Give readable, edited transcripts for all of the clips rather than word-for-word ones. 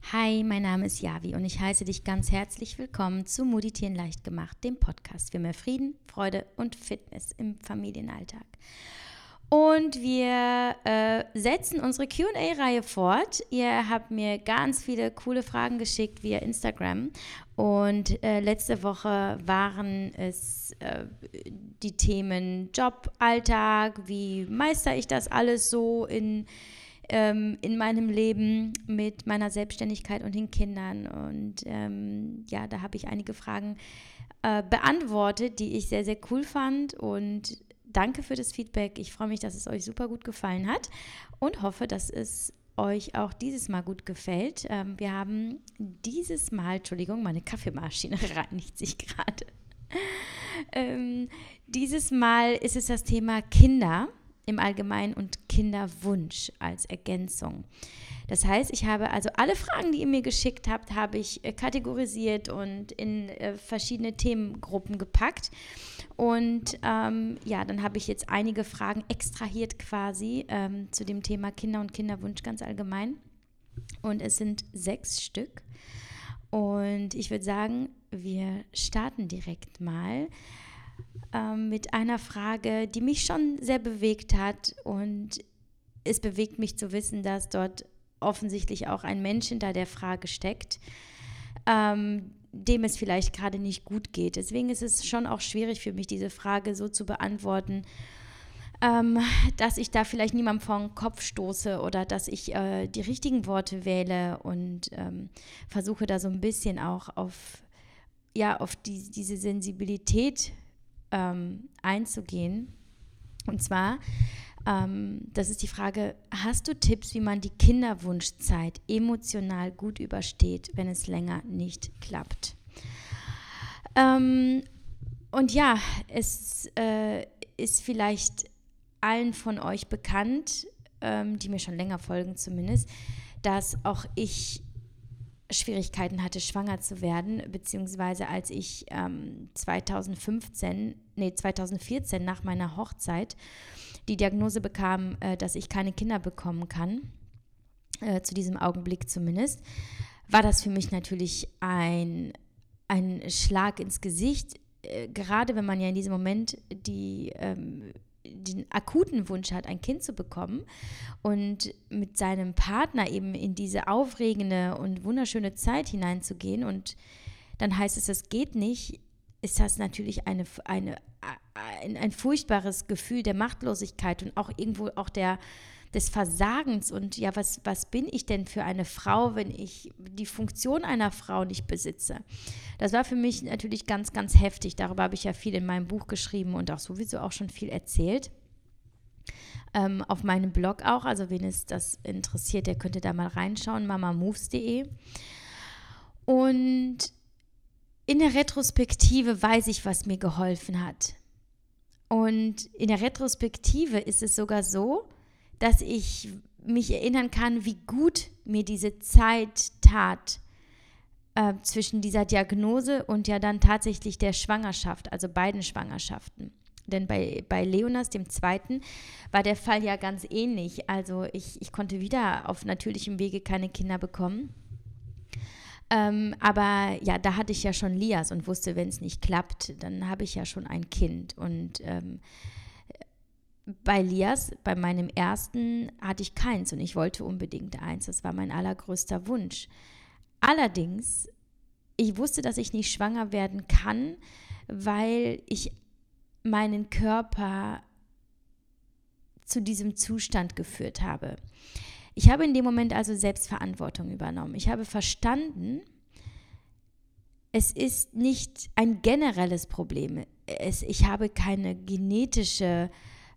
Hi, mein Name ist Javi und ich heiße dich ganz herzlich willkommen zu Meditieren leicht gemacht, dem Podcast für mehr Frieden, Freude und Fitness im Familienalltag. Und wir setzen unsere Q&A-Reihe fort. Ihr habt mir ganz viele coole Fragen geschickt via Instagram und letzte Woche waren es die Themen Job, Alltag, wie meistere ich das alles so in meinem Leben mit meiner Selbstständigkeit und den Kindern. Und da habe ich einige Fragen beantwortet, die ich sehr, sehr cool fand. Und danke für das Feedback. Ich freue mich, dass es euch super gut gefallen hat und hoffe, dass es euch auch dieses Mal gut gefällt. Wir haben dieses Mal, Entschuldigung, meine Kaffeemaschine reinigt sich gerade. Dieses Mal ist es das Thema Kinder im Allgemeinen und Kinderwunsch als Ergänzung. Das heißt, ich habe also alle Fragen, die ihr mir geschickt habt, habe ich kategorisiert und in verschiedene Themengruppen gepackt. Und dann habe ich jetzt einige Fragen extrahiert quasi zu dem Thema Kinder und Kinderwunsch ganz allgemein. Und es sind 6 Stück. Und ich würde sagen, wir starten direkt mal mit einer Frage, die mich schon sehr bewegt hat, und es bewegt mich zu wissen, dass dort offensichtlich auch ein Mensch hinter der Frage steckt, dem es vielleicht gerade nicht gut geht. Deswegen ist es schon auch schwierig für mich, diese Frage so zu beantworten, dass ich da vielleicht niemandem vor den Kopf stoße oder dass ich die richtigen Worte wähle und versuche da so ein bisschen auch auf diese Sensibilität einzugehen. Und zwar, das ist die Frage: Hast du Tipps, wie man die Kinderwunschzeit emotional gut übersteht, wenn es länger nicht klappt? Es ist vielleicht allen von euch bekannt, die mir schon länger folgen zumindest, dass auch ich Schwierigkeiten hatte, schwanger zu werden, beziehungsweise als ich 2014 nach meiner Hochzeit die Diagnose bekam, dass ich keine Kinder bekommen kann, zu diesem Augenblick zumindest, war das für mich natürlich ein Schlag ins Gesicht, gerade wenn man ja in diesem Moment den akuten Wunsch hat, ein Kind zu bekommen und mit seinem Partner eben in diese aufregende und wunderschöne Zeit hineinzugehen, und dann heißt es, es geht nicht, ist das natürlich ein furchtbares Gefühl der Machtlosigkeit und auch irgendwo auch des Versagens. Und ja, was bin ich denn für eine Frau, wenn ich die Funktion einer Frau nicht besitze? Das war für mich natürlich ganz, ganz heftig. Darüber habe ich ja viel in meinem Buch geschrieben und auch sowieso auch schon viel erzählt. Auf meinem Blog auch, also wen es das interessiert, der könnte da mal reinschauen, mamamoves.de. Und in der Retrospektive weiß ich, was mir geholfen hat. Und in der Retrospektive ist es sogar so, dass ich mich erinnern kann, wie gut mir diese Zeit tat zwischen dieser Diagnose und ja dann tatsächlich der Schwangerschaft, also beiden Schwangerschaften. Denn bei Leonas, dem Zweiten, war der Fall ja ganz ähnlich. Also ich konnte wieder auf natürlichem Wege keine Kinder bekommen. Aber ja, da hatte ich ja schon Lias und wusste, wenn es nicht klappt, dann habe ich ja schon ein Kind. Und bei Lias, bei meinem ersten, hatte ich keins und ich wollte unbedingt eins. Das war mein allergrößter Wunsch. Allerdings, ich wusste, dass ich nicht schwanger werden kann, weil ich meinen Körper zu diesem Zustand geführt habe. Ich habe in dem Moment also Selbstverantwortung übernommen. Ich habe verstanden, es ist nicht ein generelles Problem. Ich habe keine genetische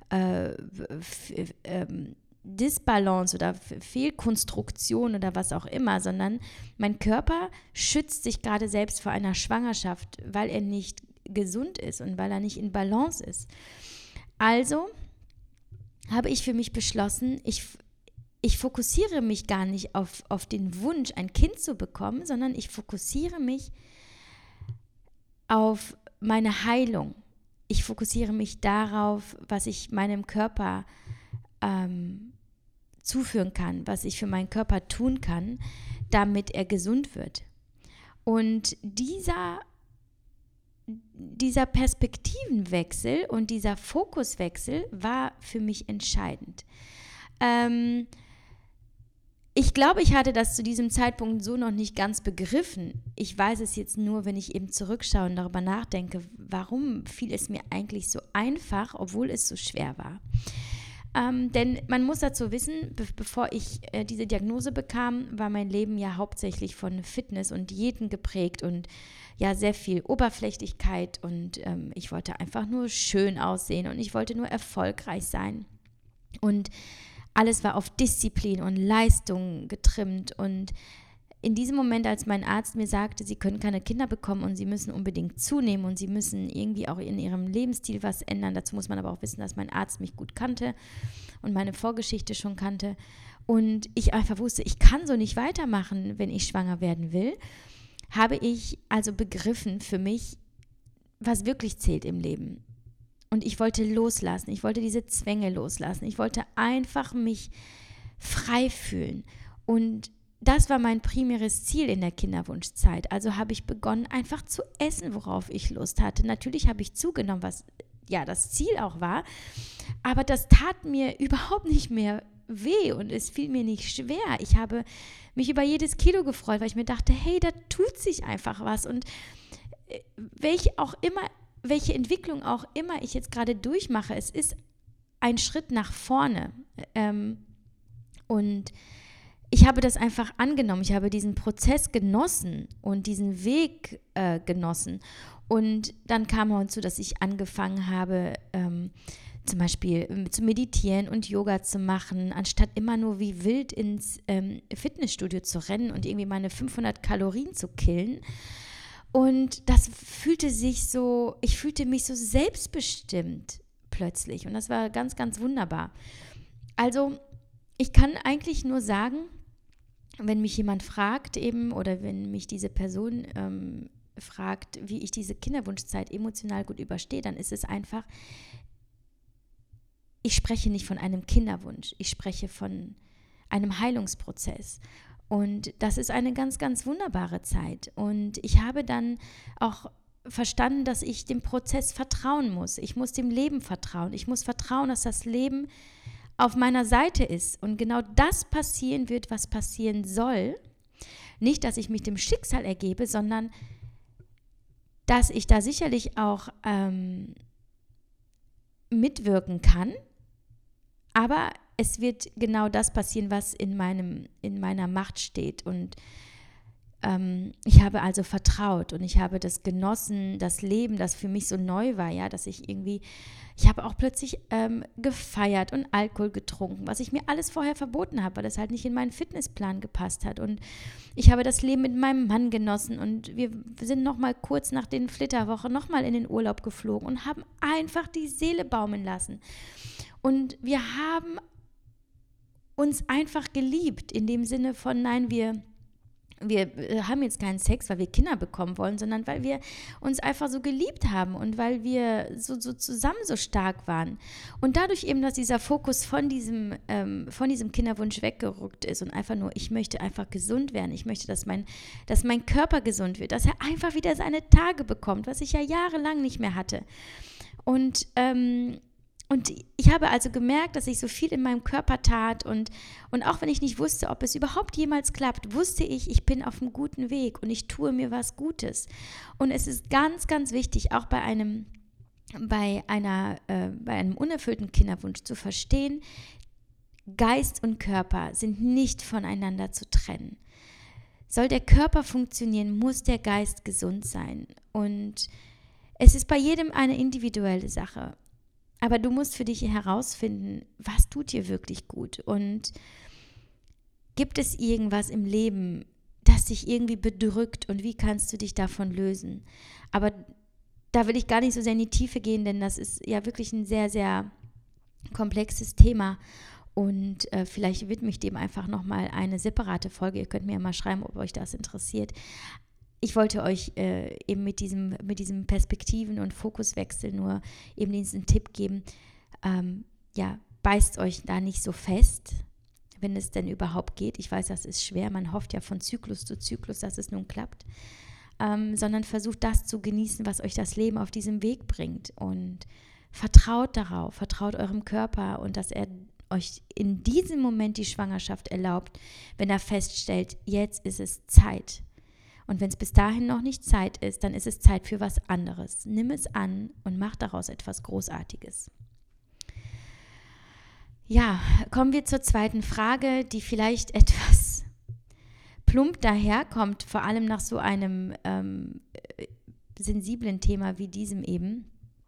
Disbalance oder Fehlkonstruktion oder was auch immer, sondern mein Körper schützt sich gerade selbst vor einer Schwangerschaft, weil er nicht gesund ist und weil er nicht in Balance ist. Also habe ich für mich beschlossen, ich fokussiere mich gar nicht auf den Wunsch, ein Kind zu bekommen, sondern ich fokussiere mich auf meine Heilung. Ich fokussiere mich darauf, was ich meinem Körper zuführen kann, was ich für meinen Körper tun kann, damit er gesund wird. Und dieser Perspektivenwechsel und dieser Fokuswechsel war für mich entscheidend. Ich glaube, ich hatte das zu diesem Zeitpunkt so noch nicht ganz begriffen. Ich weiß es jetzt nur, wenn ich eben zurückschaue und darüber nachdenke, warum fiel es mir eigentlich so einfach, obwohl es so schwer war. Denn man muss dazu wissen, bevor ich diese Diagnose bekam, war mein Leben ja hauptsächlich von Fitness und Diäten geprägt und ja sehr viel Oberflächlichkeit und ich wollte einfach nur schön aussehen und ich wollte nur erfolgreich sein. Und alles war auf Disziplin und Leistung getrimmt und in diesem Moment, als mein Arzt mir sagte, sie können keine Kinder bekommen und sie müssen unbedingt zunehmen und sie müssen irgendwie auch in ihrem Lebensstil was ändern. Dazu muss man aber auch wissen, dass mein Arzt mich gut kannte und meine Vorgeschichte schon kannte. Und ich einfach wusste, ich kann so nicht weitermachen, wenn ich schwanger werden will, habe ich also begriffen für mich, was wirklich zählt im Leben. Und ich wollte loslassen, ich wollte diese Zwänge loslassen, ich wollte einfach mich frei fühlen und das war mein primäres Ziel in der Kinderwunschzeit. Also habe ich begonnen, einfach zu essen, worauf ich Lust hatte. Natürlich habe ich zugenommen, was ja das Ziel auch war. Aber das tat mir überhaupt nicht mehr weh und es fiel mir nicht schwer. Ich habe mich über jedes Kilo gefreut, weil ich mir dachte, hey, da tut sich einfach was. Und welche Entwicklung auch immer ich jetzt gerade durchmache, es ist ein Schritt nach vorne. Und ich habe das einfach angenommen, ich habe diesen Prozess genossen und diesen Weg genossen. Und dann kam hinzu, dass ich angefangen habe, zum Beispiel zu meditieren und Yoga zu machen, anstatt immer nur wie wild ins Fitnessstudio zu rennen und irgendwie meine 500 Kalorien zu killen. Und das ich fühlte mich so selbstbestimmt plötzlich. Und das war ganz, ganz wunderbar. Also, ich kann eigentlich nur sagen, wenn mich jemand fragt eben oder wenn mich diese Person fragt, wie ich diese Kinderwunschzeit emotional gut überstehe, dann ist es einfach, ich spreche nicht von einem Kinderwunsch, ich spreche von einem Heilungsprozess. Und das ist eine ganz, ganz wunderbare Zeit. Und ich habe dann auch verstanden, dass ich dem Prozess vertrauen muss. Ich muss dem Leben vertrauen. Ich muss vertrauen, dass das Leben auf meiner Seite ist und genau das passieren wird, was passieren soll. Nicht, dass ich mich dem Schicksal ergebe, sondern dass ich da sicherlich auch mitwirken kann, aber es wird genau das passieren, was in meiner Macht steht und ich habe also vertraut und ich habe das genossen, das Leben, das für mich so neu war, ja, dass ich habe auch plötzlich gefeiert und Alkohol getrunken, was ich mir alles vorher verboten habe, weil das halt nicht in meinen Fitnessplan gepasst hat und ich habe das Leben mit meinem Mann genossen und wir sind nochmal kurz nach den Flitterwochen nochmal in den Urlaub geflogen und haben einfach die Seele baumeln lassen und wir haben uns einfach geliebt, in dem Sinne von, nein, wir haben jetzt keinen Sex, weil wir Kinder bekommen wollen, sondern weil wir uns einfach so geliebt haben und weil wir so zusammen so stark waren. Und dadurch eben, dass dieser Fokus von diesem Kinderwunsch weggerückt ist und einfach nur, ich möchte einfach gesund werden, ich möchte, dass mein Körper gesund wird, dass er einfach wieder seine Tage bekommt, was ich ja jahrelang nicht mehr hatte. Und ich habe also gemerkt, dass ich so viel in meinem Körper tat und auch wenn ich nicht wusste, ob es überhaupt jemals klappt, wusste ich bin auf einem guten Weg und ich tue mir was Gutes. Und es ist ganz, ganz wichtig, auch bei einem unerfüllten Kinderwunsch zu verstehen, Geist und Körper sind nicht voneinander zu trennen. Soll der Körper funktionieren, muss der Geist gesund sein. Und es ist bei jedem eine individuelle Sache. Aber du musst für dich herausfinden, was tut dir wirklich gut und gibt es irgendwas im Leben, das dich irgendwie bedrückt und wie kannst du dich davon lösen? Aber da will ich gar nicht so sehr in die Tiefe gehen, denn das ist ja wirklich ein sehr, sehr komplexes Thema und vielleicht widme ich dem einfach nochmal eine separate Folge. Ihr könnt mir ja mal schreiben, ob euch das interessiert. Ich wollte euch eben mit diesem Perspektiven- und Fokuswechsel nur eben diesen Tipp geben, beißt euch da nicht so fest, wenn es denn überhaupt geht. Ich weiß, das ist schwer, man hofft ja von Zyklus zu Zyklus, dass es nun klappt. Sondern versucht das zu genießen, was euch das Leben auf diesem Weg bringt. Und vertraut darauf, vertraut eurem Körper und dass er euch in diesem Moment die Schwangerschaft erlaubt, wenn er feststellt, jetzt ist es Zeit. Und wenn es bis dahin noch nicht Zeit ist, dann ist es Zeit für was anderes. Nimm es an und mach daraus etwas Großartiges. Ja, kommen wir zur zweiten Frage, die vielleicht etwas plump daherkommt, vor allem nach so einem sensiblen Thema wie diesem eben.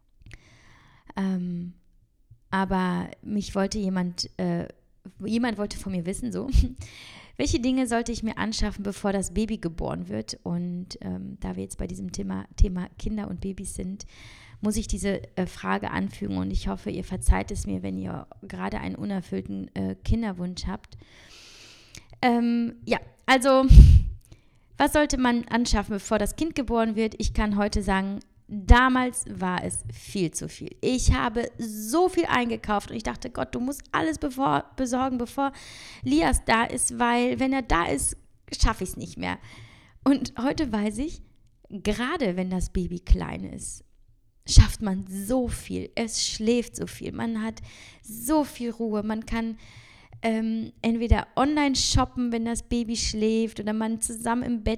Aber mich wollte jemand wollte von mir wissen, so, welche Dinge sollte ich mir anschaffen, bevor das Baby geboren wird? Und da wir jetzt bei diesem Thema Kinder und Babys sind, muss ich diese Frage anfügen und ich hoffe, ihr verzeiht es mir, wenn ihr gerade einen unerfüllten Kinderwunsch habt. Also, was sollte man anschaffen, bevor das Kind geboren wird? Ich kann heute sagen, damals war es viel zu viel. Ich habe so viel eingekauft und ich dachte, Gott, du musst alles besorgen, bevor Lias da ist, weil wenn er da ist, schaffe ich es nicht mehr. Und heute weiß ich, gerade wenn das Baby klein ist, schafft man so viel. Es schläft so viel. Man hat so viel Ruhe. Man kann entweder online shoppen, wenn das Baby schläft oder man zusammen im Bett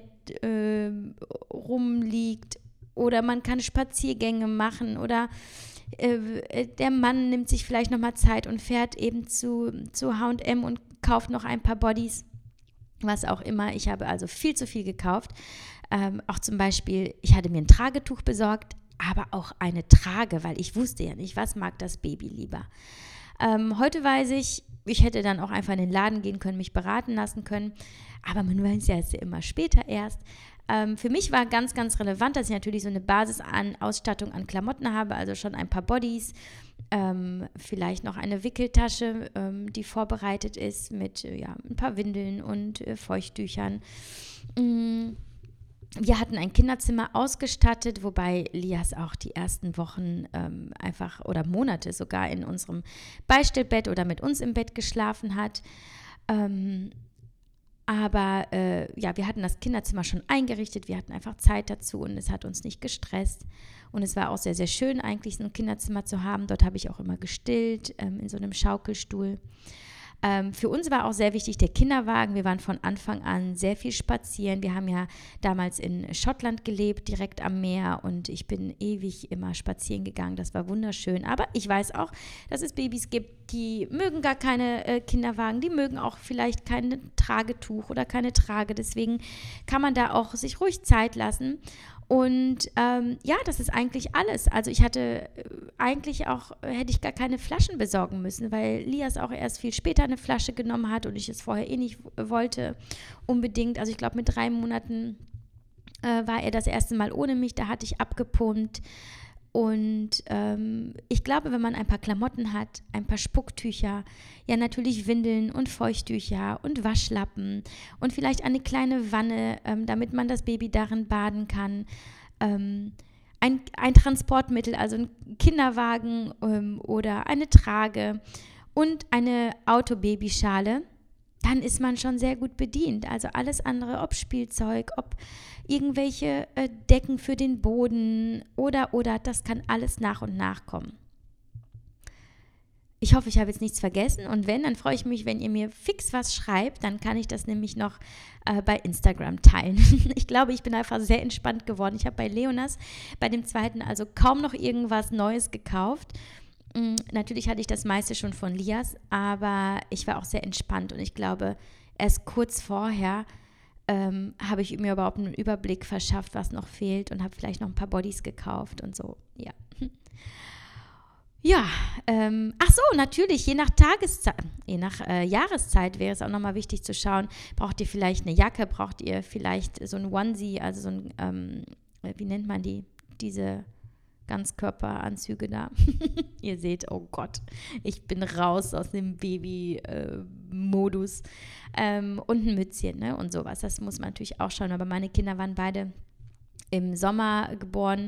rumliegt oder man kann Spaziergänge machen oder der Mann nimmt sich vielleicht nochmal Zeit und fährt eben zu H&M und kauft noch ein paar Bodies, was auch immer. Ich habe also viel zu viel gekauft. Auch zum Beispiel, ich hatte mir ein Tragetuch besorgt, aber auch eine Trage, weil ich wusste ja nicht, was mag das Baby lieber. Heute weiß ich hätte dann auch einfach in den Laden gehen können, mich beraten lassen können, aber man weiß ja, es ist ja immer später erst. Für mich war ganz, ganz relevant, dass ich natürlich so eine Basis an Ausstattung an Klamotten habe, also schon ein paar Bodies, vielleicht noch eine Wickeltasche, die vorbereitet ist mit ein paar Windeln und Feuchttüchern. Wir hatten ein Kinderzimmer ausgestattet, wobei Lias auch die ersten Wochen einfach oder Monate sogar in unserem Beistellbett oder mit uns im Bett geschlafen hat. Aber wir hatten das Kinderzimmer schon eingerichtet, wir hatten einfach Zeit dazu und es hat uns nicht gestresst. Und es war auch sehr, sehr schön eigentlich, so ein Kinderzimmer zu haben. Dort habe ich auch immer gestillt, in so einem Schaukelstuhl. Für uns war auch sehr wichtig der Kinderwagen. Wir waren von Anfang an sehr viel spazieren. Wir haben ja damals in Schottland gelebt, direkt am Meer und ich bin ewig immer spazieren gegangen. Das war wunderschön. Aber ich weiß auch, dass es Babys gibt, die mögen gar keine Kinderwagen, die mögen auch vielleicht kein Tragetuch oder keine Trage. Deswegen kann man da auch sich ruhig Zeit lassen. Und das ist eigentlich alles. Also ich hatte hätte ich gar keine Flaschen besorgen müssen, weil Lias auch erst viel später eine Flasche genommen hat und ich es vorher nicht wollte unbedingt. Also ich glaube, mit 3 Monaten war er das erste Mal ohne mich, da hatte ich abgepumpt. Und ich glaube, wenn man ein paar Klamotten hat, ein paar Spucktücher, ja natürlich Windeln und Feuchttücher und Waschlappen und vielleicht eine kleine Wanne, damit man das Baby darin baden kann, ein Transportmittel, also ein Kinderwagen oder eine Trage und eine Autobabyschale, dann ist man schon sehr gut bedient. Also alles andere, ob Spielzeug, ob irgendwelche Decken für den Boden oder, das kann alles nach und nach kommen. Ich hoffe, ich habe jetzt nichts vergessen und wenn, dann freue ich mich, wenn ihr mir fix was schreibt, dann kann ich das nämlich noch bei Instagram teilen. Ich glaube, ich bin einfach sehr entspannt geworden. Ich habe bei Leonas, bei dem zweiten, also kaum noch irgendwas Neues gekauft. Natürlich hatte ich das meiste schon von Lias, aber ich war auch sehr entspannt und ich glaube, erst kurz vorher habe ich mir überhaupt einen Überblick verschafft, was noch fehlt und habe vielleicht noch ein paar Bodies gekauft und so, ja. Ja, natürlich, je nach Jahreszeit wäre es auch nochmal wichtig zu schauen, braucht ihr vielleicht eine Jacke, braucht ihr vielleicht so ein Onesie, also so ein, wie nennt man diese Ganzkörperanzüge da. Ihr seht, oh Gott, ich bin raus aus dem Baby-Modus. Und ein Mützchen, ne, und sowas. Das muss man natürlich auch schauen. Aber meine Kinder waren beide im Sommer geboren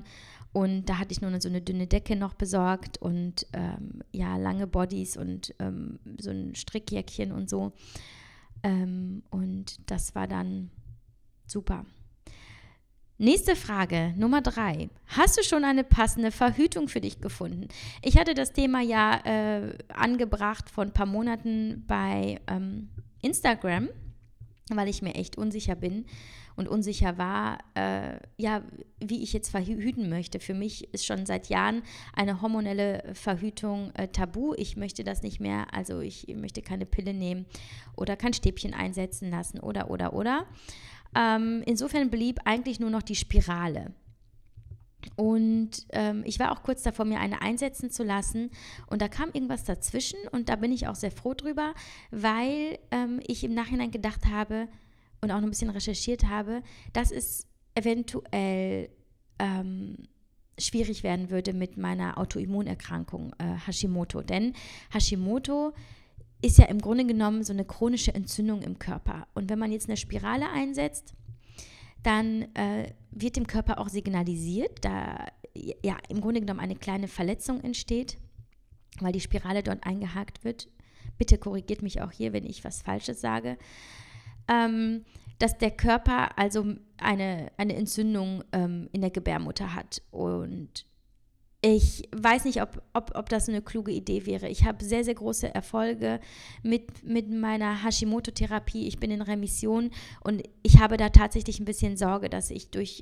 Und da hatte ich nur so eine dünne Decke noch besorgt und lange Bodys und so ein Strickjäckchen und so. Und das war dann super. Nächste Frage, Nummer 3. Hast du schon eine passende Verhütung für dich gefunden? Ich hatte das Thema ja angebracht vor ein paar Monaten bei Instagram, weil ich mir echt unsicher bin und unsicher war, wie ich jetzt verhüten möchte. Für mich ist schon seit Jahren eine hormonelle Verhütung tabu. Ich möchte das nicht mehr, also ich möchte keine Pille nehmen oder kein Stäbchen einsetzen lassen oder. Insofern blieb eigentlich nur noch die Spirale. Und ich war auch kurz davor, mir eine einsetzen zu lassen. Und da kam irgendwas dazwischen und da bin ich auch sehr froh drüber, weil ich im Nachhinein gedacht habe und auch noch ein bisschen recherchiert habe, dass es eventuell schwierig werden würde mit meiner Autoimmunerkrankung Hashimoto. Denn Hashimoto ist ja im Grunde genommen so eine chronische Entzündung im Körper. Und wenn man jetzt eine Spirale einsetzt, dann wird dem Körper auch signalisiert, da ja im Grunde genommen eine kleine Verletzung entsteht, weil die Spirale dort eingehakt wird. Bitte korrigiert mich auch hier, wenn ich was Falsches sage. Dass der Körper also eine Entzündung in der Gebärmutter hat. Und ich weiß nicht, ob das eine kluge Idee wäre. Ich habe sehr, sehr große Erfolge mit meiner Hashimoto-Therapie. Ich bin in Remission und ich habe da tatsächlich ein bisschen Sorge, dass ich durch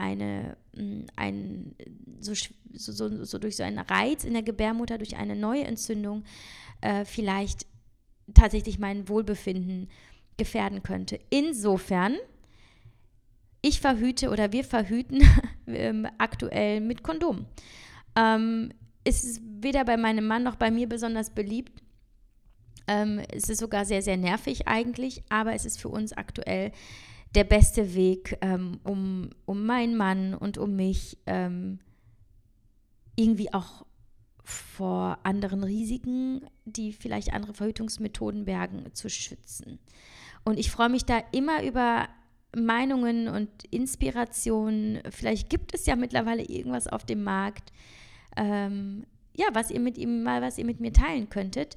durch so einen Reiz in der Gebärmutter, durch eine neue Entzündung vielleicht tatsächlich mein Wohlbefinden gefährden könnte. Insofern, ich verhüte oder wir verhüten aktuell mit Kondom. Es ist weder bei meinem Mann noch bei mir besonders beliebt. Es ist sogar sehr, sehr nervig eigentlich, aber es ist für uns aktuell der beste Weg, um meinen Mann und um mich irgendwie auch vor anderen Risiken, die vielleicht andere Verhütungsmethoden bergen, zu schützen. Und ich freue mich da immer über Meinungen und Inspirationen. Vielleicht gibt es ja mittlerweile irgendwas auf dem Markt, was ihr mit mir teilen könntet.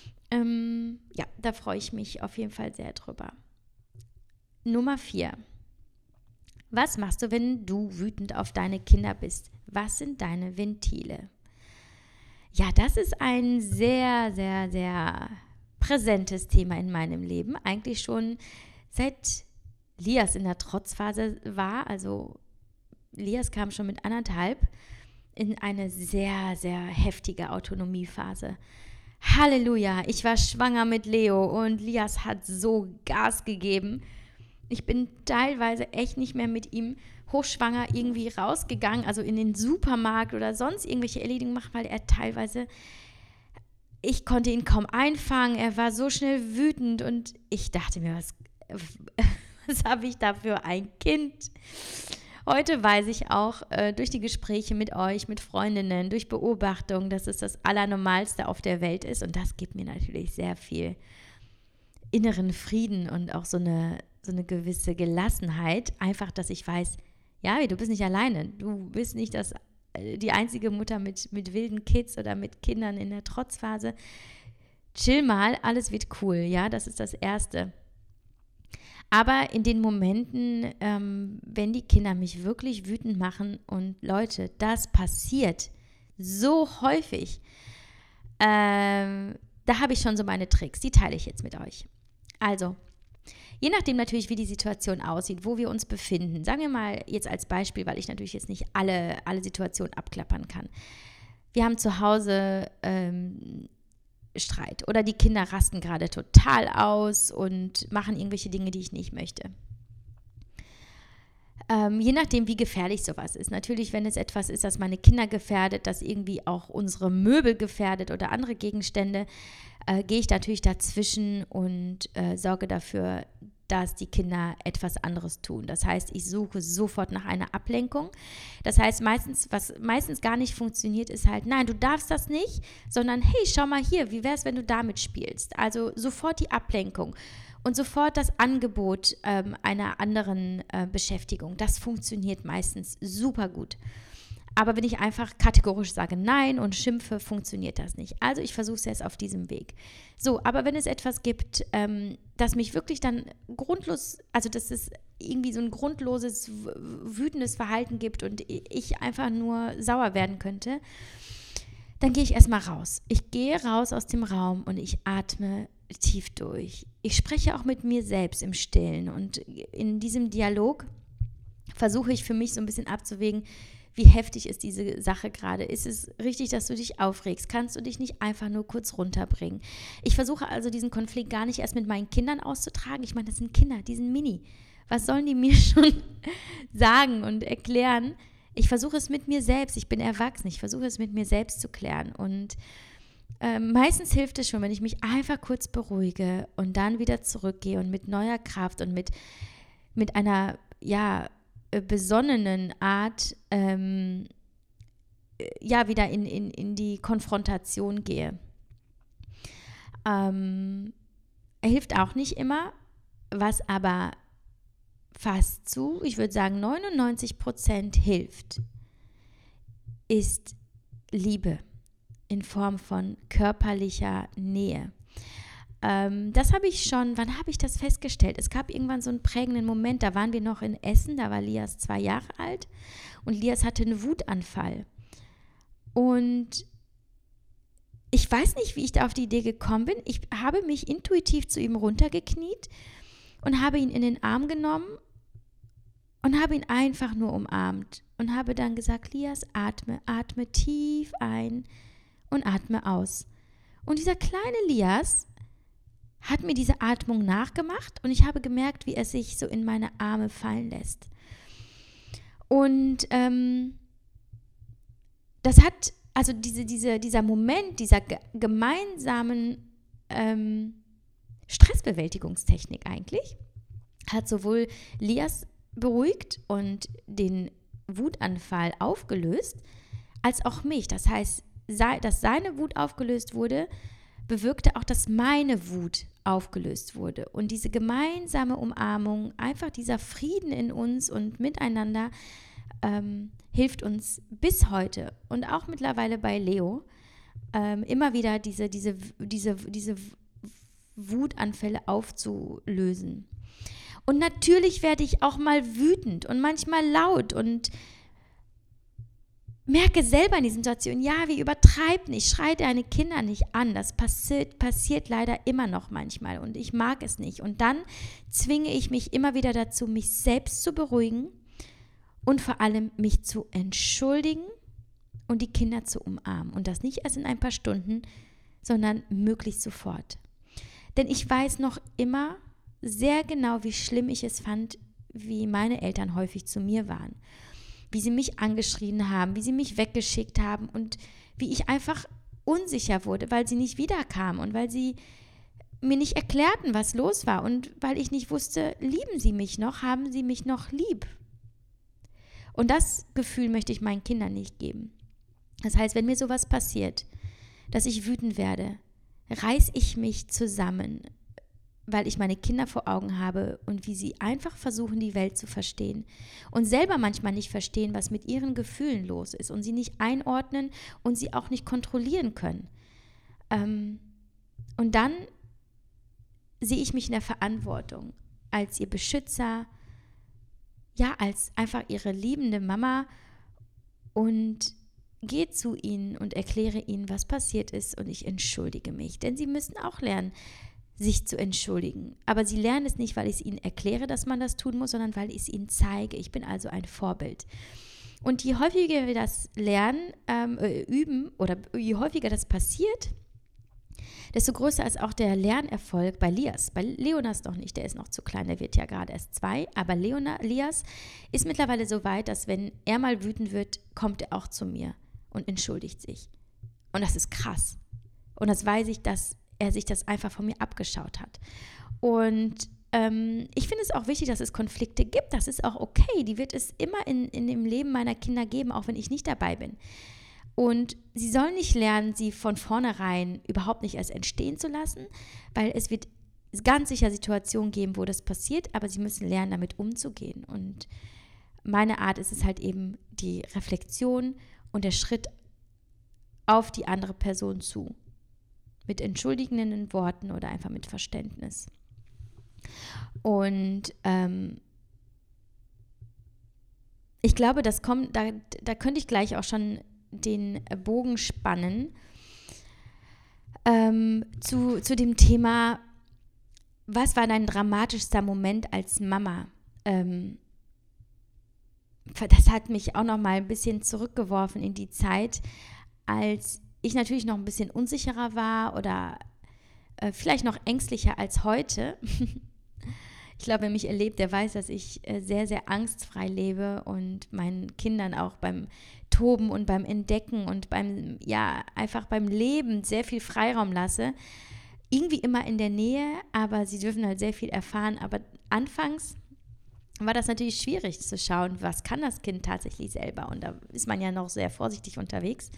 Da freue ich mich auf jeden Fall sehr drüber. Nummer 4. Was machst du, wenn du wütend auf deine Kinder bist? Was sind deine Ventile? Ja, das ist ein sehr, sehr, sehr präsentes Thema in meinem Leben. Eigentlich schon seit Lias in der Trotzphase war. Also Lias kam schon mit 1,5 in eine sehr, sehr heftige Autonomiephase. Halleluja, ich war schwanger mit Leo und Lias hat so Gas gegeben. Ich bin teilweise echt nicht mehr mit ihm hochschwanger irgendwie rausgegangen, also in den Supermarkt oder sonst irgendwelche Erledigungen machen, weil er teilweise, ich konnte ihn kaum einfangen, er war so schnell wütend und ich dachte mir, was habe ich da für ein Kind? Heute weiß ich auch durch die Gespräche mit euch, mit Freundinnen, durch Beobachtung, dass es das Allernormalste auf der Welt ist und das gibt mir natürlich sehr viel inneren Frieden und auch so eine gewisse Gelassenheit. Einfach, dass ich weiß, ja, du bist nicht alleine, du bist nicht die einzige Mutter mit wilden Kids oder mit Kindern in der Trotzphase. Chill mal, alles wird cool, ja, das ist das Erste. Aber in den Momenten, wenn die Kinder mich wirklich wütend machen und Leute, das passiert so häufig, da habe ich schon so meine Tricks, die teile ich jetzt mit euch. Also, je nachdem natürlich, wie die Situation aussieht, wo wir uns befinden, sagen wir mal jetzt als Beispiel, weil ich natürlich jetzt nicht alle Situationen abklappern kann. Wir haben zu Hause Streit oder die Kinder rasten gerade total aus und machen irgendwelche Dinge, die ich nicht möchte. Je nachdem, wie gefährlich sowas ist. Natürlich, wenn es etwas ist, das meine Kinder gefährdet, das irgendwie auch unsere Möbel gefährdet oder andere Gegenstände, gehe ich natürlich dazwischen und sorge dafür, dass die Kinder etwas anderes tun. Das heißt, ich suche sofort nach einer Ablenkung. Das heißt, was meistens gar nicht funktioniert, ist halt, nein, du darfst das nicht, sondern hey, schau mal hier, wie wäre es, wenn du damit spielst? Also sofort die Ablenkung und sofort das Angebot einer anderen Beschäftigung. Das funktioniert meistens super gut. Aber wenn ich einfach kategorisch sage Nein und schimpfe, funktioniert das nicht. Also ich versuche es jetzt auf diesem Weg. So, aber wenn es etwas gibt, das mich wirklich dann grundlos, also dass es irgendwie so ein grundloses, wütendes Verhalten gibt und ich einfach nur sauer werden könnte, dann gehe ich erstmal raus. Ich gehe raus aus dem Raum und ich atme tief durch. Ich spreche auch mit mir selbst im Stillen und in diesem Dialog versuche ich für mich so ein bisschen abzuwägen, wie heftig ist diese Sache gerade? Ist es richtig, dass du dich aufregst? Kannst du dich nicht einfach nur kurz runterbringen? Ich versuche also diesen Konflikt gar nicht erst mit meinen Kindern auszutragen. Ich meine, das sind Kinder, die sind mini. Was sollen die mir schon sagen und erklären? Ich versuche es mit mir selbst. Ich bin erwachsen. Ich versuche es mit mir selbst zu klären. Und meistens hilft es schon, wenn ich mich einfach kurz beruhige und dann wieder zurückgehe und mit neuer Kraft und mit einer, besonnenen Art wieder in die Konfrontation gehe. Hilft auch nicht immer, was aber fast zu, ich würde sagen 99% hilft, ist Liebe in Form von körperlicher Nähe. Das habe ich schon, wann habe ich das festgestellt? Es gab irgendwann so einen prägenden Moment, da waren wir noch in Essen, da war Lias 2 Jahre alt und Lias hatte einen Wutanfall. Und ich weiß nicht, wie ich da auf die Idee gekommen bin. Ich habe mich intuitiv zu ihm runtergekniet und habe ihn in den Arm genommen und habe ihn einfach nur umarmt und habe dann gesagt, Lias, atme tief ein und atme aus. Und dieser kleine Lias hat mir diese Atmung nachgemacht und ich habe gemerkt, wie er sich so in meine Arme fallen lässt. Und das hat, also dieser Moment, dieser gemeinsamen Stressbewältigungstechnik eigentlich, hat sowohl Lias beruhigt und den Wutanfall aufgelöst, als auch mich. Das heißt, dass seine Wut aufgelöst wurde, bewirkte auch, dass meine Wut aufgelöst wurde. Und diese gemeinsame Umarmung, einfach dieser Frieden in uns und miteinander, hilft uns bis heute und auch mittlerweile bei Leo immer wieder diese Wutanfälle aufzulösen. Und natürlich werde ich auch mal wütend und manchmal laut und merke selber in diesen Situationen, wie übertreib nicht, schrei deine Kinder nicht an. Das passiert leider immer noch manchmal und ich mag es nicht. Und dann zwinge ich mich immer wieder dazu, mich selbst zu beruhigen und vor allem mich zu entschuldigen und die Kinder zu umarmen. Und das nicht erst in ein paar Stunden, sondern möglichst sofort. Denn ich weiß noch immer sehr genau, wie schlimm ich es fand, wie meine Eltern häufig zu mir waren. Wie sie mich angeschrien haben, wie sie mich weggeschickt haben und wie ich einfach unsicher wurde, weil sie nicht wiederkamen und weil sie mir nicht erklärten, was los war und weil ich nicht wusste, lieben sie mich noch, haben sie mich noch lieb. Und das Gefühl möchte ich meinen Kindern nicht geben. Das heißt, wenn mir sowas passiert, dass ich wütend werde, reiß ich mich zusammen, weil ich meine Kinder vor Augen habe und wie sie einfach versuchen, die Welt zu verstehen und selber manchmal nicht verstehen, was mit ihren Gefühlen los ist und sie nicht einordnen und sie auch nicht kontrollieren können. Und dann sehe ich mich in der Verantwortung als ihr Beschützer, als einfach ihre liebende Mama und gehe zu ihnen und erkläre ihnen, was passiert ist und ich entschuldige mich, denn sie müssen auch lernen, sich zu entschuldigen. Aber sie lernen es nicht, weil ich es ihnen erkläre, dass man das tun muss, sondern weil ich es ihnen zeige. Ich bin also ein Vorbild. Und je häufiger wir das lernen, üben oder je häufiger das passiert, desto größer ist auch der Lernerfolg bei Lias. Bei Leonas noch nicht, der ist noch zu klein, der wird ja gerade erst 2. Aber Lias ist mittlerweile so weit, dass wenn er mal wütend wird, kommt er auch zu mir und entschuldigt sich. Und das ist krass. Und das weiß ich, dass er sich das einfach von mir abgeschaut hat. Und ich finde es auch wichtig, dass es Konflikte gibt. Das ist auch okay. Die wird es immer in dem Leben meiner Kinder geben, auch wenn ich nicht dabei bin. Und sie sollen nicht lernen, sie von vornherein überhaupt nicht erst entstehen zu lassen, weil es wird ganz sicher Situationen geben, wo das passiert, aber sie müssen lernen, damit umzugehen. Und Meine Art ist es halt eben die Reflexion und der Schritt auf die andere Person zu. Mit entschuldigenden Worten oder einfach mit Verständnis. Und ich glaube, da könnte ich gleich auch schon den Bogen spannen zu dem Thema, was war dein dramatischster Moment als Mama? Das hat mich auch noch mal ein bisschen zurückgeworfen in die Zeit, als ich natürlich noch ein bisschen unsicherer war oder vielleicht noch ängstlicher als heute. Ich glaube, wer mich erlebt, der weiß, dass ich sehr, sehr angstfrei lebe und meinen Kindern auch beim Toben und beim Entdecken und einfach beim Leben sehr viel Freiraum lasse. Irgendwie immer in der Nähe, aber sie dürfen halt sehr viel erfahren. Aber anfangs war das natürlich schwierig zu schauen, was kann das Kind tatsächlich selber. Und da ist man ja noch sehr vorsichtig unterwegs.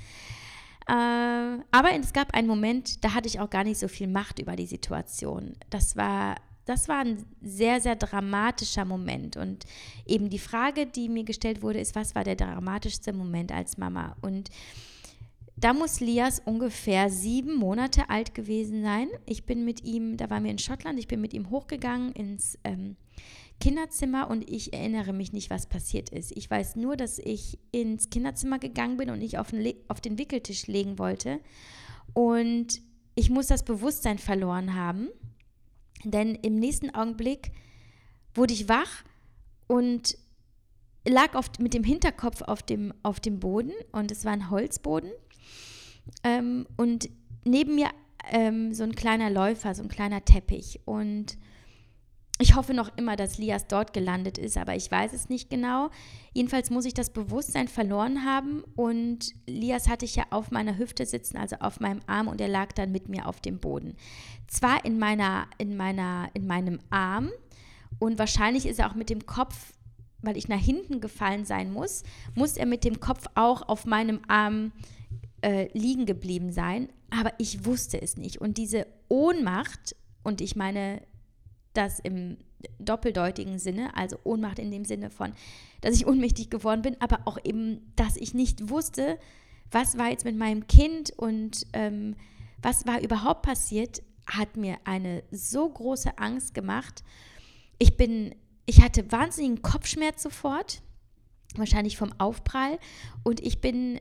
Aber es gab einen Moment, da hatte ich auch gar nicht so viel Macht über die Situation. Das war ein sehr, sehr dramatischer Moment. Und eben die Frage, die mir gestellt wurde, ist, was war der dramatischste Moment als Mama? Und da muss Lias ungefähr 7 Monate alt gewesen sein. Da waren wir in Schottland, ich bin mit ihm hochgegangen ins Kinderzimmer und ich erinnere mich nicht, was passiert ist. Ich weiß nur, dass ich ins Kinderzimmer gegangen bin und ich auf den Wickeltisch legen wollte. Und ich muss das Bewusstsein verloren haben, denn im nächsten Augenblick wurde ich wach und lag mit dem Hinterkopf auf dem Boden und es war ein Holzboden. Und neben mir so ein kleiner Läufer, so ein kleiner Teppich. Und ich hoffe noch immer, dass Lias dort gelandet ist, aber ich weiß es nicht genau. Jedenfalls muss ich das Bewusstsein verloren haben und Lias hatte ich ja auf meiner Hüfte sitzen, also auf meinem Arm und er lag dann mit mir auf dem Boden. Zwar in meinem Arm und wahrscheinlich ist er auch mit dem Kopf, weil ich nach hinten gefallen sein muss er mit dem Kopf auch auf meinem Arm liegen geblieben sein, aber ich wusste es nicht. Und diese Ohnmacht, und ich meine das im doppeldeutigen Sinne, also Ohnmacht in dem Sinne von, dass ich ohnmächtig geworden bin, aber auch eben, dass ich nicht wusste, was war jetzt mit meinem Kind und was war überhaupt passiert, hat mir eine so große Angst gemacht. Ich hatte wahnsinnigen Kopfschmerz sofort, wahrscheinlich vom Aufprall, und ich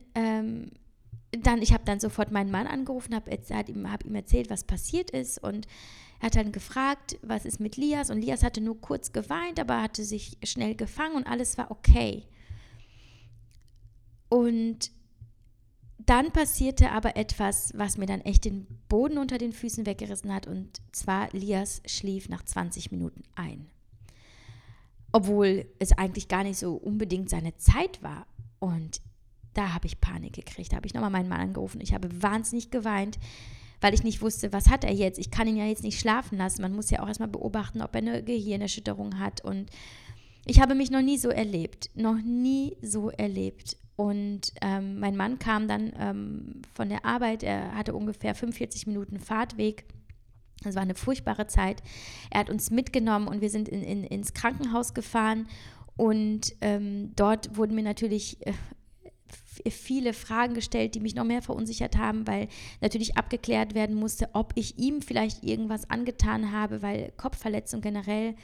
habe dann sofort meinen Mann angerufen, habe ihm erzählt, was passiert ist, und er hat dann gefragt, was ist mit Lias, und Lias hatte nur kurz geweint, aber hatte sich schnell gefangen und alles war okay. Und dann passierte aber etwas, was mir dann echt den Boden unter den Füßen weggerissen hat, und zwar Lias schlief nach 20 Minuten ein. Obwohl es eigentlich gar nicht so unbedingt seine Zeit war. Und da habe ich Panik gekriegt, da habe ich nochmal meinen Mann angerufen. Ich habe wahnsinnig geweint, weil ich nicht wusste, was hat er jetzt? Ich kann ihn ja jetzt nicht schlafen lassen. Man muss ja auch erstmal beobachten, ob er eine Gehirnerschütterung hat. Und ich habe mich noch nie so erlebt. Und mein Mann kam dann von der Arbeit. Er hatte ungefähr 45 Minuten Fahrtweg. Das war eine furchtbare Zeit. Er hat uns mitgenommen und wir sind ins Krankenhaus gefahren. Und dort wurden mir natürlich viele Fragen gestellt, die mich noch mehr verunsichert haben, weil natürlich abgeklärt werden musste, ob ich ihm vielleicht irgendwas angetan habe, weil Kopfverletzung generell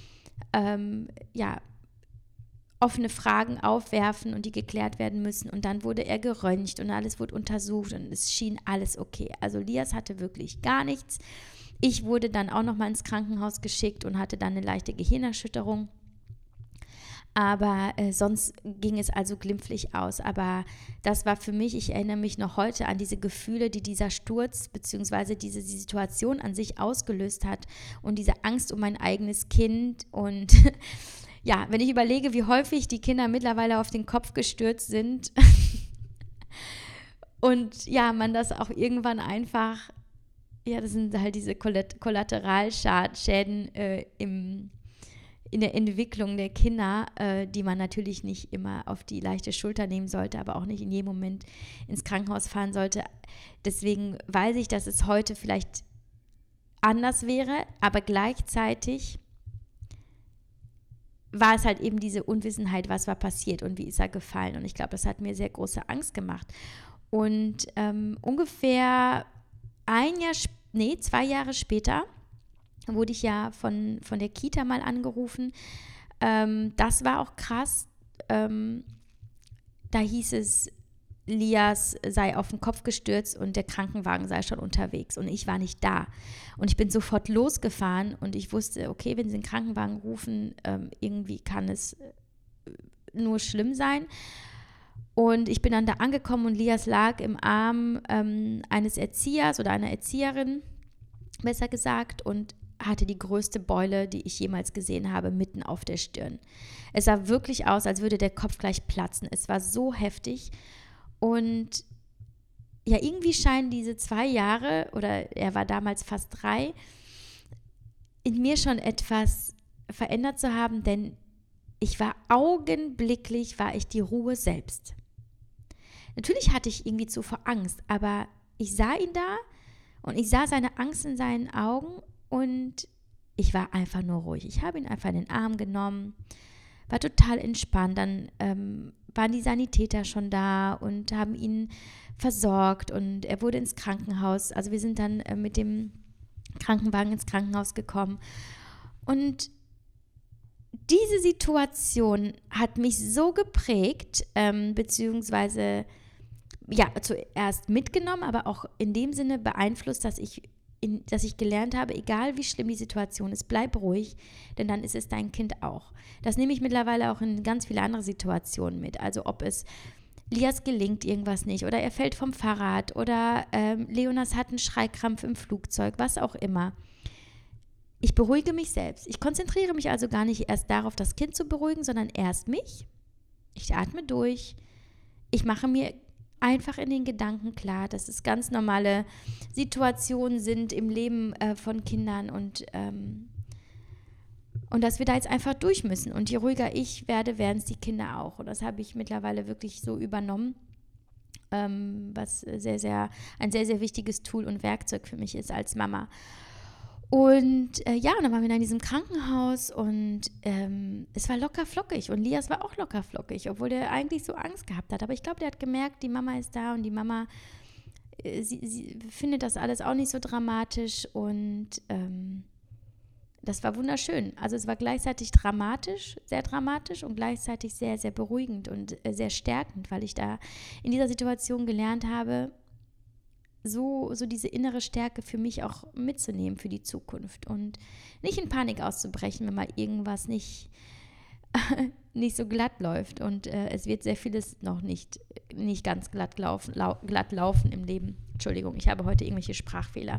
offene Fragen aufwerfen und die geklärt werden müssen. Und dann wurde er geröntgt und alles wurde untersucht und es schien alles okay. Also Lias hatte wirklich gar nichts. Ich wurde dann auch noch mal ins Krankenhaus geschickt und hatte dann eine leichte Gehirnerschütterung. Aber sonst ging es also glimpflich aus. Aber das war für mich, ich erinnere mich noch heute an diese Gefühle, die dieser Sturz bzw. diese Situation an sich ausgelöst hat und diese Angst um mein eigenes Kind. Und ja, wenn ich überlege, wie häufig die Kinder mittlerweile auf den Kopf gestürzt sind und ja, man das auch irgendwann einfach, ja, das sind halt diese Kollateralschäden in der Entwicklung der Kinder, die man natürlich nicht immer auf die leichte Schulter nehmen sollte, aber auch nicht in jedem Moment ins Krankenhaus fahren sollte. Deswegen weiß ich, dass es heute vielleicht anders wäre, aber gleichzeitig war es halt eben diese Unwissenheit, was war passiert und wie ist er gefallen. Und ich glaube, das hat mir sehr große Angst gemacht. Und ungefähr 2 Jahre später wurde ich ja von der Kita mal angerufen. Das war auch krass. Da hieß es, Lias sei auf den Kopf gestürzt und der Krankenwagen sei schon unterwegs und ich war nicht da. Und ich bin sofort losgefahren und ich wusste, okay, wenn sie den Krankenwagen rufen, irgendwie kann es nur schlimm sein. Und ich bin dann da angekommen und Lias lag im Arm eines Erziehers oder einer Erzieherin, besser gesagt, und hatte die größte Beule, die ich jemals gesehen habe, mitten auf der Stirn. Es sah wirklich aus, als würde der Kopf gleich platzen. Es war so heftig. Und ja, irgendwie scheinen diese 2 Jahre, oder er war damals fast 3, in mir schon etwas verändert zu haben, denn ich war augenblicklich die Ruhe selbst. Natürlich hatte ich irgendwie zuvor Angst, aber ich sah ihn da und ich sah seine Angst in seinen Augen und ich war einfach nur ruhig. Ich habe ihn einfach in den Arm genommen, war total entspannt. Dann waren die Sanitäter schon da und haben ihn versorgt und er wurde ins Krankenhaus. Also wir sind dann mit dem Krankenwagen ins Krankenhaus gekommen. Und diese Situation hat mich so geprägt, beziehungsweise ja, zuerst mitgenommen, aber auch in dem Sinne beeinflusst, dass ich gelernt habe, egal wie schlimm die Situation ist, bleib ruhig, denn dann ist es dein Kind auch. Das nehme ich mittlerweile auch in ganz viele andere Situationen mit. Also ob es Lias gelingt irgendwas nicht oder er fällt vom Fahrrad oder Leonas hat einen Schreikrampf im Flugzeug, was auch immer. Ich beruhige mich selbst. Ich konzentriere mich also gar nicht erst darauf, das Kind zu beruhigen, sondern erst mich. Ich atme durch. Ich mache mir einfach in den Gedanken klar, dass es ganz normale Situationen sind im Leben von Kindern und dass wir da jetzt einfach durch müssen. Und je ruhiger ich werde, werden es die Kinder auch. Und das habe ich mittlerweile wirklich so übernommen, was ein sehr, sehr wichtiges Tool und Werkzeug für mich ist als Mama. Und und dann waren wir in diesem Krankenhaus und es war locker flockig und Lias war auch locker flockig, obwohl der eigentlich so Angst gehabt hat. Aber ich glaube, der hat gemerkt, die Mama ist da und die Mama, sie findet das alles auch nicht so dramatisch und das war wunderschön. Also es war gleichzeitig sehr dramatisch und gleichzeitig sehr, sehr beruhigend und sehr stärkend, weil ich da in dieser Situation gelernt habe, so diese innere Stärke für mich auch mitzunehmen für die Zukunft und nicht in Panik auszubrechen, wenn mal irgendwas nicht so glatt läuft. Und es wird sehr vieles noch nicht ganz glatt laufen im Leben. Entschuldigung, ich habe heute irgendwelche Sprachfehler.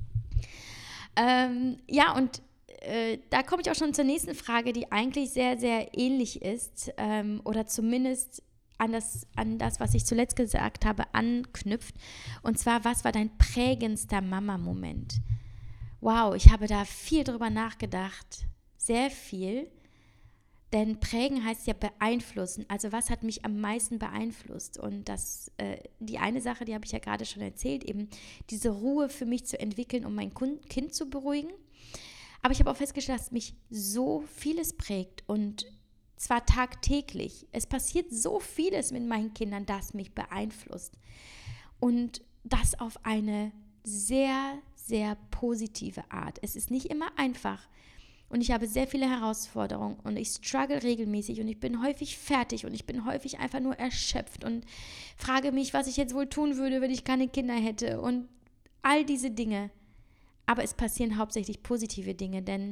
Und da komme ich auch schon zur nächsten Frage, die eigentlich sehr, sehr ähnlich ist oder zumindest an das, was ich zuletzt gesagt habe, anknüpft. Und zwar, was war dein prägendster Mama-Moment? Wow, ich habe da viel drüber nachgedacht. Sehr viel. Denn prägen heißt ja beeinflussen. Also was hat mich am meisten beeinflusst? Und die eine Sache, die habe ich ja gerade schon erzählt, eben diese Ruhe für mich zu entwickeln, um mein Kind zu beruhigen. Aber ich habe auch festgestellt, dass mich so vieles prägt und zwar tagtäglich. Es passiert so vieles mit meinen Kindern, das mich beeinflusst. Und das auf eine sehr, sehr positive Art. Es ist nicht immer einfach. Und ich habe sehr viele Herausforderungen und ich struggle regelmäßig und ich bin häufig fertig und ich bin häufig einfach nur erschöpft und frage mich, was ich jetzt wohl tun würde, wenn ich keine Kinder hätte und all diese Dinge. Aber es passieren hauptsächlich positive Dinge, denn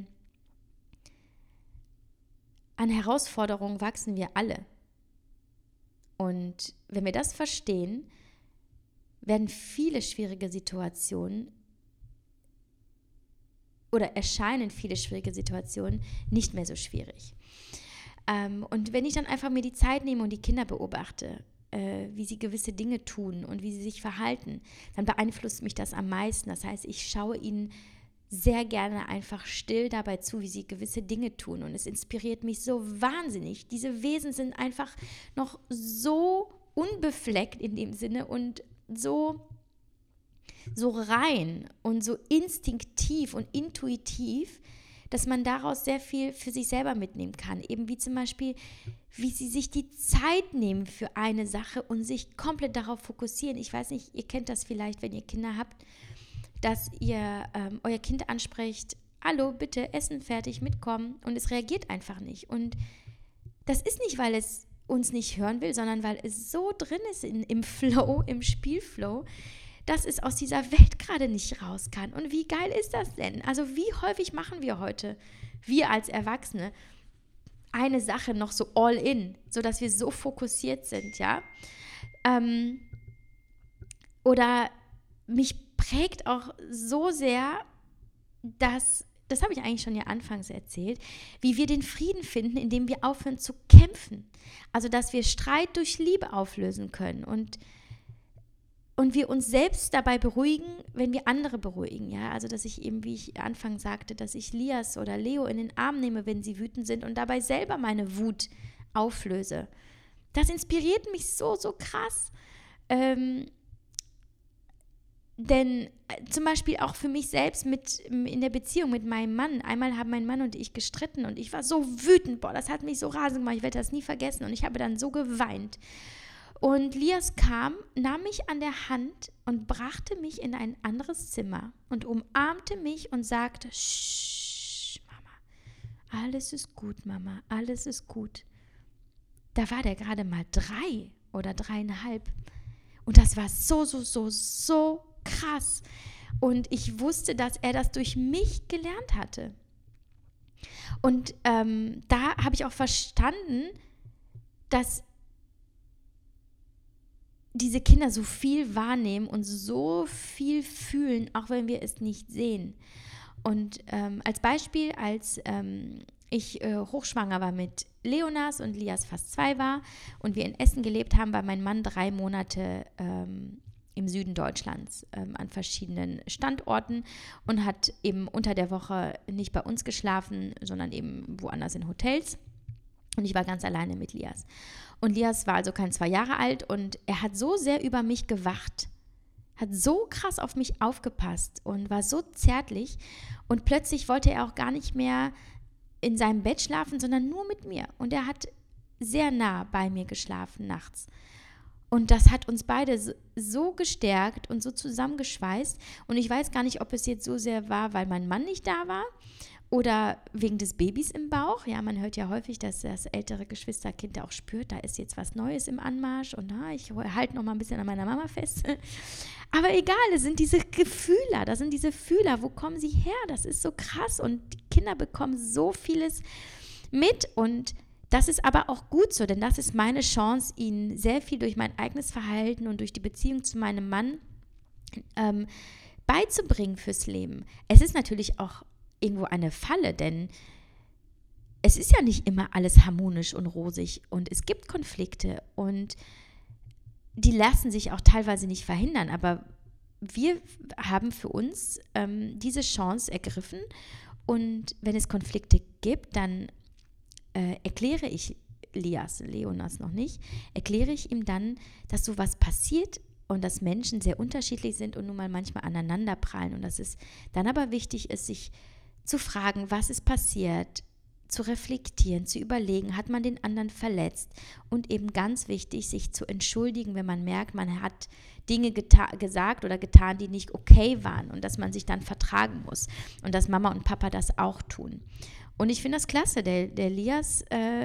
an Herausforderungen wachsen wir alle. Und wenn wir das verstehen, werden viele schwierige Situationen oder erscheinen viele schwierige Situationen nicht mehr so schwierig. Und wenn ich dann einfach mir die Zeit nehme und die Kinder beobachte, wie sie gewisse Dinge tun und wie sie sich verhalten, dann beeinflusst mich das am meisten. Das heißt, ich schaue ihnen sehr gerne einfach still dabei zu, wie sie gewisse Dinge tun. Und es inspiriert mich so wahnsinnig. Diese Wesen sind einfach noch so unbefleckt in dem Sinne und so rein und so instinktiv und intuitiv, dass man daraus sehr viel für sich selber mitnehmen kann. Eben wie zum Beispiel, wie sie sich die Zeit nehmen für eine Sache und sich komplett darauf fokussieren. Ich weiß nicht, ihr kennt das vielleicht, wenn ihr Kinder habt, dass ihr euer Kind ansprecht, hallo, bitte, Essen fertig, mitkommen, und es reagiert einfach nicht. Und das ist nicht, weil es uns nicht hören will, sondern weil es so drin ist im Flow, im Spielflow, dass es aus dieser Welt gerade nicht raus kann. Und wie geil ist das denn? Also wie häufig machen wir heute, wir als Erwachsene, eine Sache noch so all in, sodass wir so fokussiert sind, ja? Oder mich prägt auch so sehr, das habe ich eigentlich schon ja anfangs erzählt, wie wir den Frieden finden, indem wir aufhören zu kämpfen. Also, dass wir Streit durch Liebe auflösen können und wir uns selbst dabei beruhigen, wenn wir andere beruhigen. Ja? Also, dass ich eben, wie ich anfangs sagte, dass ich Lias oder Leo in den Arm nehme, wenn sie wütend sind und dabei selber meine Wut auflöse. Das inspiriert mich so, so krass. Denn zum Beispiel auch für mich selbst in der Beziehung mit meinem Mann. Einmal haben mein Mann und ich gestritten und ich war so wütend. Boah, das hat mich so rasend gemacht. Ich werde das nie vergessen. Und ich habe dann so geweint. Und Lias kam, nahm mich an der Hand und brachte mich in ein anderes Zimmer und umarmte mich und sagte, Shh, Mama, alles ist gut, Mama, alles ist gut. Da war der gerade mal 3 oder 3,5. Und das war so, so, so, so krass. Und ich wusste, dass er das durch mich gelernt hatte. Und da habe ich auch verstanden, dass diese Kinder so viel wahrnehmen und so viel fühlen, auch wenn wir es nicht sehen. Und als Beispiel, als ich hochschwanger war mit Leonas und Lias fast 2 war und wir in Essen gelebt haben, war mein Mann 3 Monate im Süden Deutschlands an verschiedenen Standorten und hat eben unter der Woche nicht bei uns geschlafen, sondern eben woanders in Hotels. Und ich war ganz alleine mit Lias. Und Lias war also kein 2 Jahre alt und er hat so sehr über mich gewacht, hat so krass auf mich aufgepasst und war so zärtlich. Und plötzlich wollte er auch gar nicht mehr in seinem Bett schlafen, sondern nur mit mir. Und er hat sehr nah bei mir geschlafen nachts. Und das hat uns beide so gestärkt und so zusammengeschweißt. Und ich weiß gar nicht, ob es jetzt so sehr war, weil mein Mann nicht da war oder wegen des Babys im Bauch. Ja, man hört ja häufig, dass das ältere Geschwisterkind auch spürt, da ist jetzt was Neues im Anmarsch und ich halte noch mal ein bisschen an meiner Mama fest. Aber egal, es sind diese Gefühle, das sind diese Fühler, wo kommen sie her? Das ist so krass und die Kinder bekommen so vieles mit und das ist aber auch gut so, denn das ist meine Chance, ihnen sehr viel durch mein eigenes Verhalten und durch die Beziehung zu meinem Mann beizubringen fürs Leben. Es ist natürlich auch irgendwo eine Falle, denn es ist ja nicht immer alles harmonisch und rosig und es gibt Konflikte und die lassen sich auch teilweise nicht verhindern, aber wir haben für uns diese Chance ergriffen und wenn es Konflikte gibt, dann erkläre ich Leonas noch nicht, erkläre ich ihm dann, dass sowas passiert und dass Menschen sehr unterschiedlich sind und nun mal manchmal aneinander prallen und dass es dann aber wichtig ist, sich zu fragen, was ist passiert, zu reflektieren, zu überlegen, hat man den anderen verletzt und eben ganz wichtig, sich zu entschuldigen, wenn man merkt, man hat Dinge gesagt oder getan, die nicht okay waren und dass man sich dann vertragen muss und dass Mama und Papa das auch tun. Und ich finde das klasse, der Lias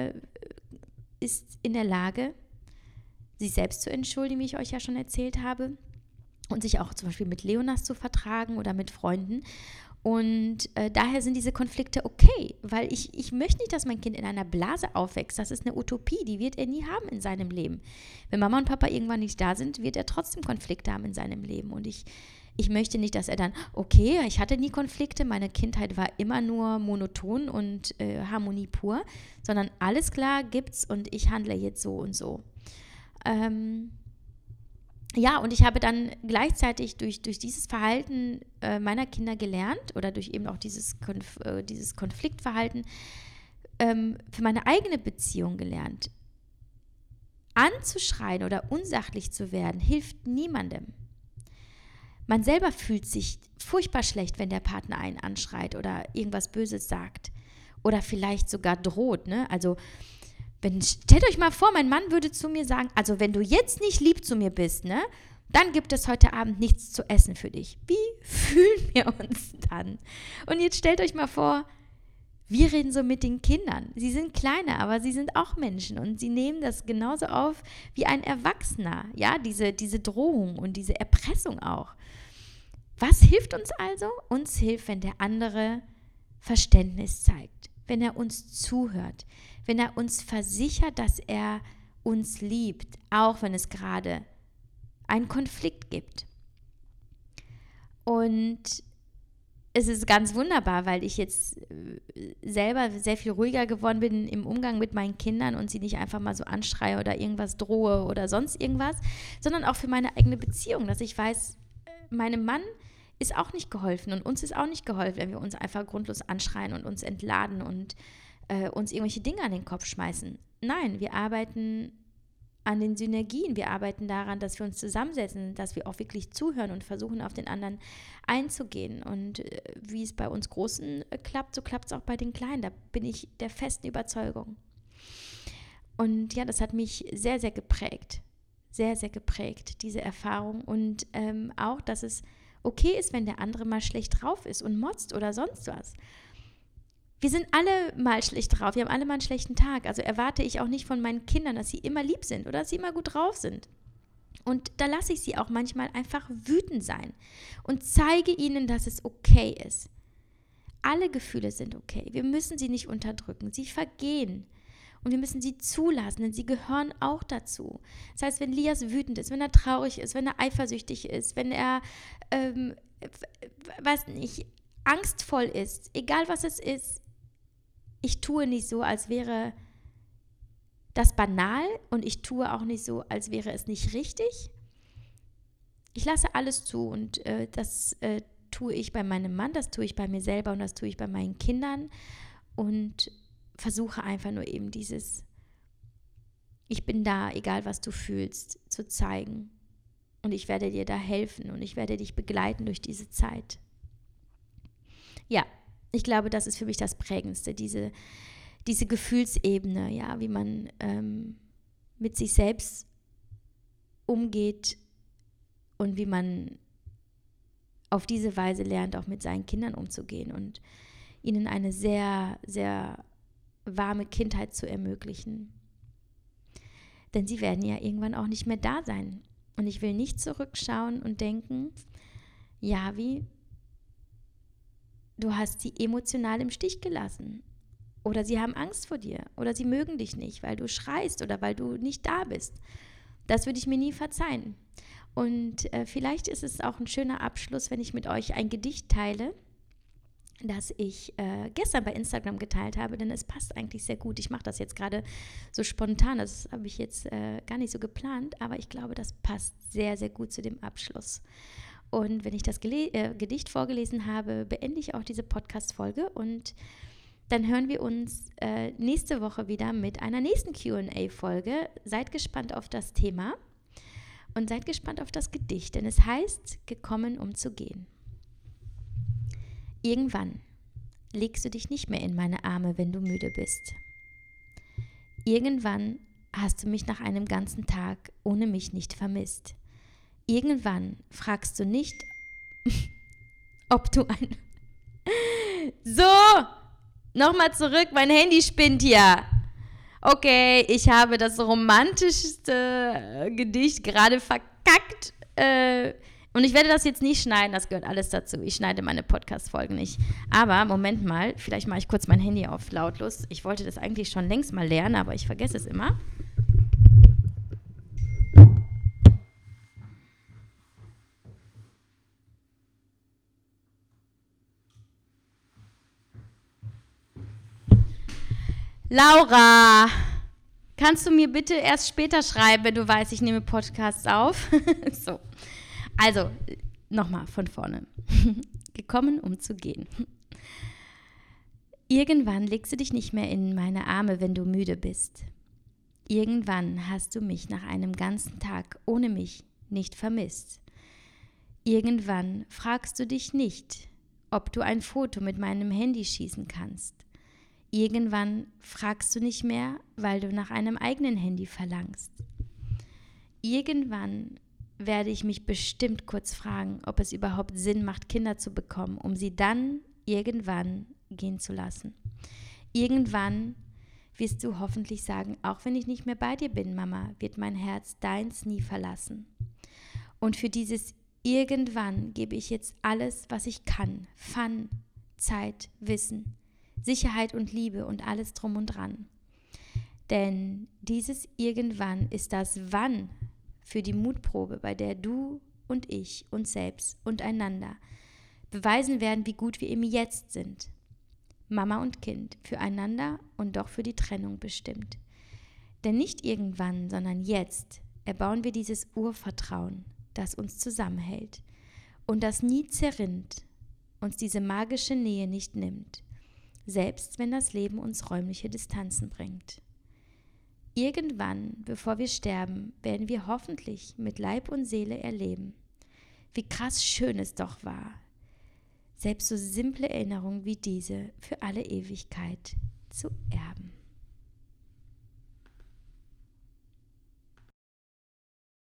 ist in der Lage, sich selbst zu entschuldigen, wie ich euch ja schon erzählt habe und sich auch zum Beispiel mit Leonas zu vertragen oder mit Freunden. Und daher sind diese Konflikte okay, weil ich möchte nicht, dass mein Kind in einer Blase aufwächst. Das ist eine Utopie, die wird er nie haben in seinem Leben. Wenn Mama und Papa irgendwann nicht da sind, wird er trotzdem Konflikte haben in seinem Leben. Und ich möchte nicht, dass er dann, okay, ich hatte nie Konflikte, meine Kindheit war immer nur monoton und Harmonie pur, sondern alles klar gibt's und ich handle jetzt so und so. Ja, und ich habe dann gleichzeitig durch dieses Verhalten meiner Kinder gelernt oder durch eben auch dieses Konfliktverhalten für meine eigene Beziehung gelernt. Anzuschreien oder unsachlich zu werden, hilft niemandem. Man selber fühlt sich furchtbar schlecht, wenn der Partner einen anschreit oder irgendwas Böses sagt oder vielleicht sogar droht, ne? Also stellt euch mal vor, mein Mann würde zu mir sagen, also wenn du jetzt nicht lieb zu mir bist, ne, dann gibt es heute Abend nichts zu essen für dich. Wie fühlen wir uns dann? Und jetzt stellt euch mal vor, wir reden so mit den Kindern. Sie sind kleiner, aber sie sind auch Menschen und sie nehmen das genauso auf wie ein Erwachsener. Ja, diese Drohung und diese Erpressung auch. Was hilft uns also? Uns hilft, wenn der andere Verständnis zeigt, wenn er uns zuhört, wenn er uns versichert, dass er uns liebt, auch wenn es gerade einen Konflikt gibt. Und es ist ganz wunderbar, weil ich jetzt selber sehr viel ruhiger geworden bin im Umgang mit meinen Kindern und sie nicht einfach mal so anschreie oder irgendwas drohe oder sonst irgendwas, sondern auch für meine eigene Beziehung, dass ich weiß, meinem Mann ist auch nicht geholfen und uns ist auch nicht geholfen, wenn wir uns einfach grundlos anschreien und uns entladen und uns irgendwelche Dinge an den Kopf schmeißen. Nein, wir arbeiten an den Synergien, wir arbeiten daran, dass wir uns zusammensetzen, dass wir auch wirklich zuhören und versuchen, auf den anderen einzugehen. Und wie es bei uns Großen klappt, so klappt es auch bei den Kleinen. Da bin ich der festen Überzeugung. Und ja, das hat mich sehr, sehr geprägt. Sehr, sehr geprägt, diese Erfahrung. Und auch, dass es okay ist, wenn der andere mal schlecht drauf ist und motzt oder sonst was. Wir sind alle mal schlecht drauf, wir haben alle mal einen schlechten Tag. Also erwarte ich auch nicht von meinen Kindern, dass sie immer lieb sind oder dass sie immer gut drauf sind. Und da lasse ich sie auch manchmal einfach wütend sein und zeige ihnen, dass es okay ist. Alle Gefühle sind okay. Wir müssen sie nicht unterdrücken. Sie vergehen. Und wir müssen sie zulassen, denn sie gehören auch dazu. Das heißt, wenn Lias wütend ist, wenn er traurig ist, wenn er eifersüchtig ist, wenn er, weiß nicht, angstvoll ist, egal was es ist, ich tue nicht so, als wäre das banal und ich tue auch nicht so, als wäre es nicht richtig. Ich lasse alles zu und das tue ich bei meinem Mann, das tue ich bei mir selber und das tue ich bei meinen Kindern und versuche einfach nur eben dieses Ich bin da, egal was du fühlst, zu zeigen. Und ich werde dir da helfen und ich werde dich begleiten durch diese Zeit. Ja, ich glaube, das ist für mich das Prägendste, diese Gefühlsebene, ja, wie man mit sich selbst umgeht und wie man auf diese Weise lernt, auch mit seinen Kindern umzugehen und ihnen eine sehr, sehr warme Kindheit zu ermöglichen. Denn sie werden ja irgendwann auch nicht mehr da sein. Und ich will nicht zurückschauen und denken, Javi, du hast sie emotional im Stich gelassen. Oder sie haben Angst vor dir. Oder sie mögen dich nicht, weil du schreist oder weil du nicht da bist. Das würde ich mir nie verzeihen. Und vielleicht ist es auch ein schöner Abschluss, wenn ich mit euch ein Gedicht teile, das ich gestern bei Instagram geteilt habe, denn es passt eigentlich sehr gut. Ich mache das jetzt gerade so spontan, das habe ich jetzt gar nicht so geplant, aber ich glaube, das passt sehr, sehr gut zu dem Abschluss. Und wenn ich das Gedicht vorgelesen habe, beende ich auch diese Podcast-Folge und dann hören wir uns nächste Woche wieder mit einer nächsten Q&A-Folge. Seid gespannt auf das Thema und seid gespannt auf das Gedicht, denn es heißt, gekommen, um zu gehen. Irgendwann legst du dich nicht mehr in meine Arme, wenn du müde bist. Irgendwann hast du mich nach einem ganzen Tag ohne mich nicht vermisst. Irgendwann fragst du nicht, ob du ein... So, nochmal zurück, mein Handy spinnt hier. Okay, ich habe das romantischste Gedicht gerade verkackt. Und ich werde das jetzt nicht schneiden, das gehört alles dazu. Ich schneide meine Podcast-Folgen nicht. Aber, Moment mal, vielleicht mache ich kurz mein Handy auf lautlos. Ich wollte das eigentlich schon längst mal lernen, aber ich vergesse es immer. Laura, kannst du mir bitte erst später schreiben, wenn du weißt, ich nehme Podcasts auf? So. Also, nochmal von vorne. Gekommen, um zu gehen. Irgendwann legst du dich nicht mehr in meine Arme, wenn du müde bist. Irgendwann hast du mich nach einem ganzen Tag ohne mich nicht vermisst. Irgendwann fragst du dich nicht, ob du ein Foto mit meinem Handy schießen kannst. Irgendwann fragst du nicht mehr, weil du nach einem eigenen Handy verlangst. Irgendwann werde ich mich bestimmt kurz fragen, ob es überhaupt Sinn macht, Kinder zu bekommen, um sie dann irgendwann gehen zu lassen. Irgendwann wirst du hoffentlich sagen, auch wenn ich nicht mehr bei dir bin, Mama, wird mein Herz deins nie verlassen. Und für dieses Irgendwann gebe ich jetzt alles, was ich kann. Fun, Zeit, Wissen, Sicherheit und Liebe und alles drum und dran. Denn dieses Irgendwann ist das Wann für die Mutprobe, bei der du und ich uns selbst und einander beweisen werden, wie gut wir im Jetzt sind. Mama und Kind, füreinander und doch für die Trennung bestimmt. Denn nicht irgendwann, sondern jetzt erbauen wir dieses Urvertrauen, das uns zusammenhält und das nie zerrinnt, uns diese magische Nähe nicht nimmt, selbst wenn das Leben uns räumliche Distanzen bringt. Irgendwann, bevor wir sterben, werden wir hoffentlich mit Leib und Seele erleben, wie krass schön es doch war, selbst so simple Erinnerungen wie diese für alle Ewigkeit zu erben.